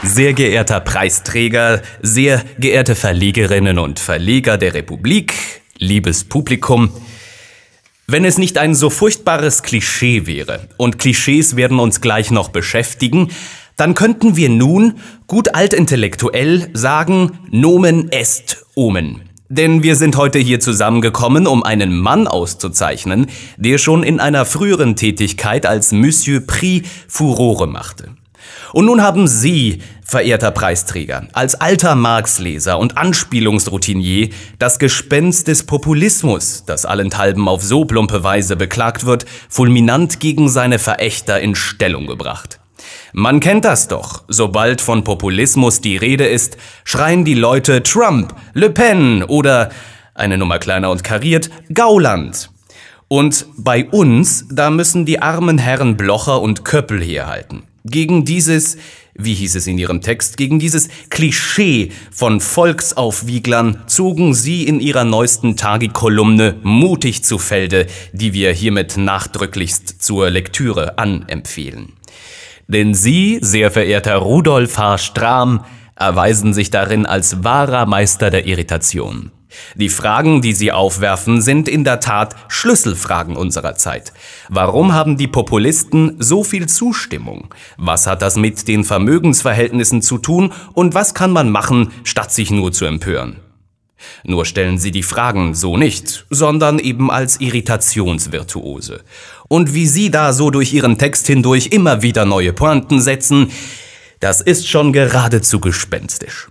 Sehr geehrter Preisträger, sehr geehrte Verlegerinnen und Verleger der Republik, liebes Publikum, wenn es nicht ein so furchtbares Klischee wäre, und Klischees werden uns gleich noch beschäftigen, dann könnten wir nun, gut altintellektuell, sagen, Nomen est omen. Denn wir sind heute hier zusammengekommen, um einen Mann auszuzeichnen, der schon in einer früheren Tätigkeit als Monsieur Prix Furore machte. Und nun haben Sie, verehrter Preisträger, als alter Marx-Leser und Anspielungsroutinier das Gespenst des Populismus, das allenthalben auf so plumpe Weise beklagt wird, fulminant gegen seine Verächter in Stellung gebracht. Man kennt das doch. Sobald von Populismus die Rede ist, schreien die Leute Trump, Le Pen oder, eine Nummer kleiner und kariert, Gauland. Und bei uns, da müssen die armen Herren Blocher und Köppel herhalten. Gegen dieses, wie hieß es in ihrem Text, gegen dieses Klischee von Volksaufwieglern zogen sie in ihrer neuesten Tagi-Kolumne mutig zu Felde, die wir hiermit nachdrücklichst zur Lektüre anempfehlen. Denn Sie, sehr verehrter Rudolf H. Strahm, erweisen sich darin als wahrer Meister der Irritation. Die Fragen, die Sie aufwerfen, sind in der Tat Schlüsselfragen unserer Zeit. Warum haben die Populisten so viel Zustimmung? Was hat das mit den Vermögensverhältnissen zu tun und was kann man machen, statt sich nur zu empören? Nur stellen Sie die Fragen so nicht, sondern eben als Irritationsvirtuose. Und wie Sie da so durch Ihren Text hindurch immer wieder neue Pointen setzen, das ist schon geradezu gespenstisch.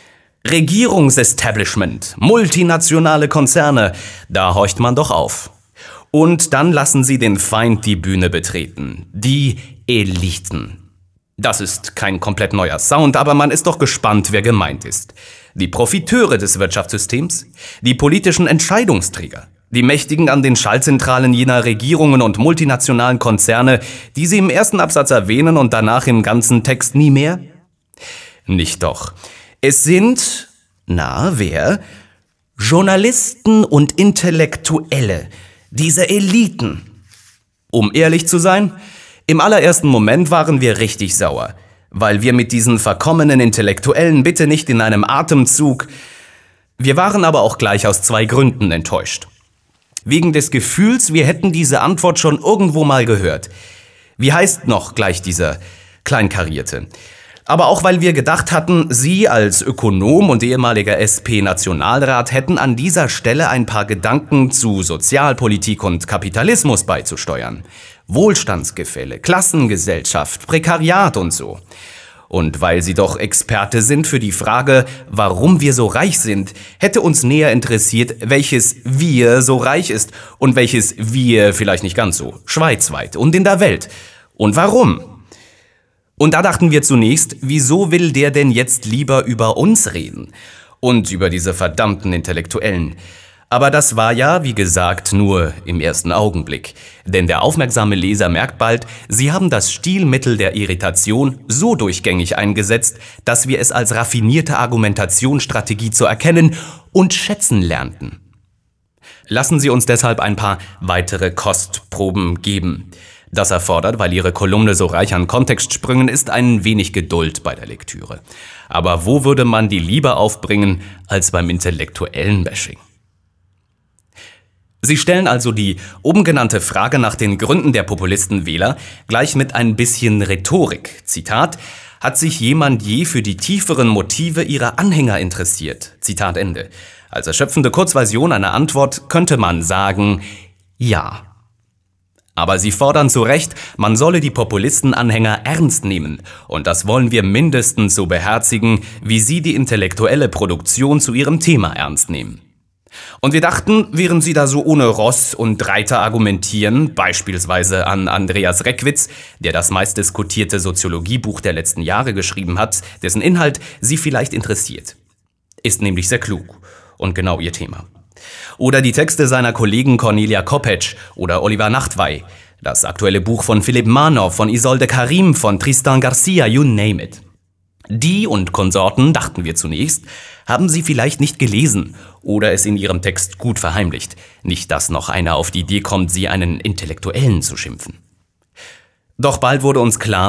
Regierungsestablishment, multinationale Konzerne, da horcht man doch auf. Und dann lassen Sie den Feind die Bühne betreten, die Eliten. Das ist kein komplett neuer Sound, aber man ist doch gespannt, wer gemeint ist. Die Profiteure des Wirtschaftssystems, die politischen Entscheidungsträger, die Mächtigen an den Schaltzentralen jener Regierungen und multinationalen Konzerne, die Sie im ersten Absatz erwähnen und danach im ganzen Text nie mehr? Nicht doch. Es sind, wer? Journalisten und Intellektuelle, diese Eliten. Um ehrlich zu sein, im allerersten Moment waren wir richtig sauer, weil wir mit diesen verkommenen Intellektuellen bitte nicht in einem Atemzug. Wir waren aber auch gleich aus 2 Gründen enttäuscht. Wegen des Gefühls, wir hätten diese Antwort schon irgendwo mal gehört. Wie heißt noch gleich dieser Kleinkarierte? Aber auch weil wir gedacht hatten, Sie als Ökonom und ehemaliger SP-Nationalrat hätten an dieser Stelle ein paar Gedanken zu Sozialpolitik und Kapitalismus beizusteuern. Wohlstandsgefälle, Klassengesellschaft, Prekariat und so. Und weil Sie doch Experte sind für die Frage, warum wir so reich sind, hätte uns näher interessiert, welches Wir so reich ist und welches Wir vielleicht nicht ganz so, schweizweit und in der Welt. Und warum? Und da dachten wir zunächst, wieso will der denn jetzt lieber über uns reden? Und über diese verdammten Intellektuellen. Aber das war ja, wie gesagt, nur im ersten Augenblick. Denn der aufmerksame Leser merkt bald, Sie haben das Stilmittel der Irritation so durchgängig eingesetzt, dass wir es als raffinierte Argumentationsstrategie zu erkennen und schätzen lernten. Lassen Sie uns deshalb ein paar weitere Kostproben geben. Das erfordert, weil Ihre Kolumne so reich an Kontextsprüngen ist, ein wenig Geduld bei der Lektüre. Aber wo würde man die lieber aufbringen als beim intellektuellen Bashing? Sie stellen also die oben genannte Frage nach den Gründen der Populistenwähler gleich mit ein bisschen Rhetorik. Zitat: Hat sich jemand je für die tieferen Motive ihrer Anhänger interessiert? Zitat Ende. Als erschöpfende Kurzversion einer Antwort könnte man sagen, ja. Aber Sie fordern zu Recht, man solle die Populistenanhänger ernst nehmen. Und das wollen wir mindestens so beherzigen, wie Sie die intellektuelle Produktion zu Ihrem Thema ernst nehmen. Und wir dachten, während Sie da so ohne Ross und Reiter argumentieren, beispielsweise an Andreas Reckwitz, der das meistdiskutierte Soziologiebuch der letzten Jahre geschrieben hat, dessen Inhalt Sie vielleicht interessiert. Ist nämlich sehr klug und genau Ihr Thema. Oder die Texte seiner Kollegen Cornelia Koppetsch oder Oliver Nachtwey, das aktuelle Buch von Philipp Manow, von Isolde Karim, von Tristan Garcia, you name it. Die und Konsorten, dachten wir zunächst, haben Sie vielleicht nicht gelesen oder es in Ihrem Text gut verheimlicht. Nicht, dass noch einer auf die Idee kommt, Sie einen Intellektuellen zu schimpfen. Doch bald wurde uns klar,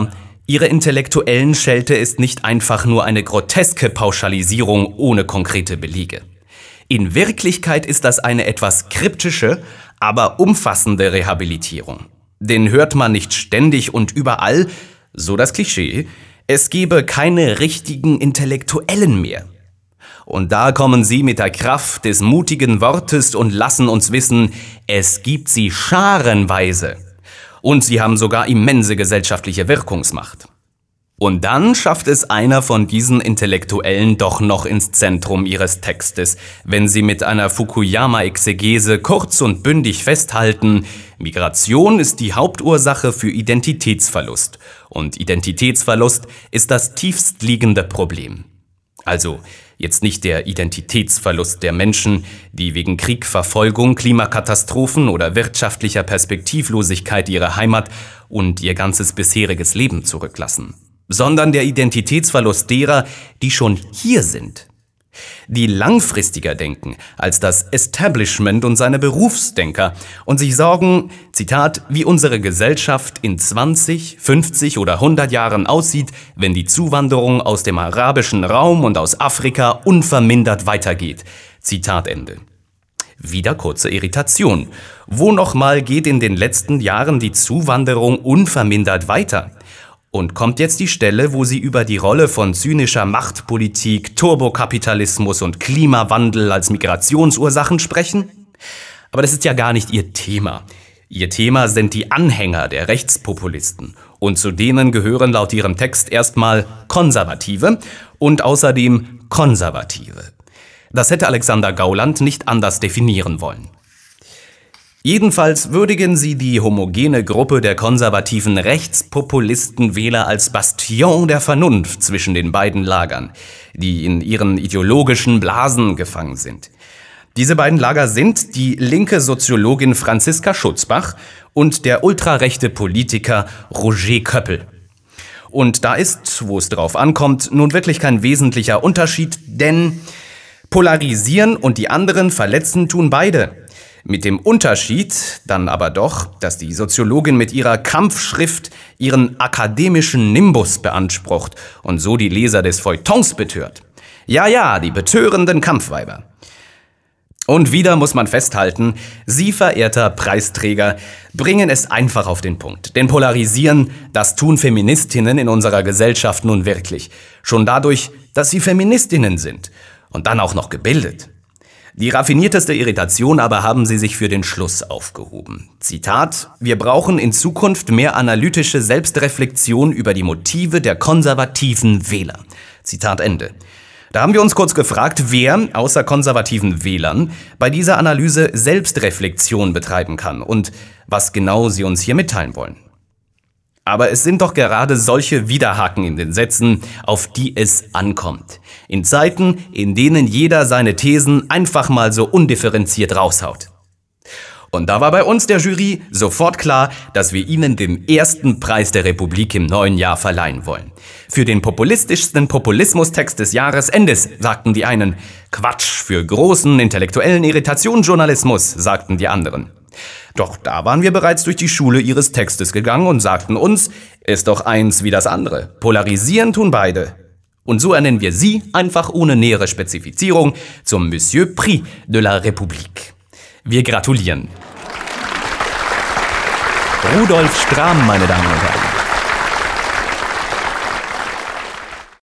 Ihre intellektuellen Schelte ist nicht einfach nur eine groteske Pauschalisierung ohne konkrete Belege. In Wirklichkeit ist das eine etwas kryptische, aber umfassende Rehabilitierung. Denn hört man nicht ständig und überall, so das Klischee, es gebe keine richtigen Intellektuellen mehr. Und da kommen sie mit der Kraft des mutigen Wortes und lassen uns wissen, es gibt sie scharenweise. Und sie haben sogar immense gesellschaftliche Wirkungsmacht. Und dann schafft es einer von diesen Intellektuellen doch noch ins Zentrum ihres Textes, wenn sie mit einer Fukuyama-Exegese kurz und bündig festhalten, Migration ist die Hauptursache für Identitätsverlust und Identitätsverlust ist das tiefstliegende Problem. Also jetzt nicht der Identitätsverlust der Menschen, die wegen Krieg, Verfolgung, Klimakatastrophen oder wirtschaftlicher Perspektivlosigkeit ihre Heimat und ihr ganzes bisheriges Leben zurücklassen, sondern der Identitätsverlust derer, die schon hier sind. Die langfristiger denken als das Establishment und seine Berufsdenker und sich sorgen, Zitat, wie unsere Gesellschaft in 20, 50 oder 100 Jahren aussieht, wenn die Zuwanderung aus dem arabischen Raum und aus Afrika unvermindert weitergeht. Zitat Ende. Wieder kurze Irritation. Wo nochmal geht in den letzten Jahren die Zuwanderung unvermindert weiter? Und kommt jetzt die Stelle, wo sie über die Rolle von zynischer Machtpolitik, Turbokapitalismus und Klimawandel als Migrationsursachen sprechen? Aber das ist ja gar nicht ihr Thema. Ihr Thema sind die Anhänger der Rechtspopulisten. Und zu denen gehören laut ihrem Text erstmal Konservative und außerdem Konservative. Das hätte Alexander Gauland nicht anders definieren wollen. Jedenfalls würdigen sie die homogene Gruppe der konservativen Rechtspopulisten-Wähler als Bastion der Vernunft zwischen den beiden Lagern, die in ihren ideologischen Blasen gefangen sind. Diese beiden Lager sind die linke Soziologin Franziska Schutzbach und der ultrarechte Politiker Roger Köppel. Und da ist, wo es drauf ankommt, nun wirklich kein wesentlicher Unterschied, denn polarisieren und die anderen verletzen tun beide. Mit dem Unterschied dann aber doch, dass die Soziologin mit ihrer Kampfschrift ihren akademischen Nimbus beansprucht und so die Leser des Feuilletons betört. Ja, die betörenden Kampfweiber. Und wieder muss man festhalten, Sie, verehrter Preisträger, bringen es einfach auf den Punkt. Denn polarisieren, das tun Feministinnen in unserer Gesellschaft nun wirklich. Schon dadurch, dass sie Feministinnen sind. Und dann auch noch gebildet. Die raffinierteste Irritation aber haben sie sich für den Schluss aufgehoben. Zitat: Wir brauchen in Zukunft mehr analytische Selbstreflexion über die Motive der konservativen Wähler. Zitat Ende. Da haben wir uns kurz gefragt, wer außer konservativen Wählern bei dieser Analyse Selbstreflexion betreiben kann und was genau sie uns hier mitteilen wollen. Aber es sind doch gerade solche Widerhaken in den Sätzen, auf die es ankommt. In Zeiten, in denen jeder seine Thesen einfach mal so undifferenziert raushaut. Und da war bei uns der Jury sofort klar, dass wir ihnen den ersten Preis der Republik im neuen Jahr verleihen wollen. Für den populistischsten Populismustext des Jahresendes, sagten die einen. Quatsch, für großen intellektuellen Irritationsjournalismus, sagten die anderen. Doch da waren wir bereits durch die Schule ihres Textes gegangen und sagten uns, ist doch eins wie das andere. Polarisieren tun beide. Und so ernennen wir sie, einfach ohne nähere Spezifizierung, zum Monsieur Prix de la République. Wir gratulieren. Rudolf Strahm, meine Damen und Herren.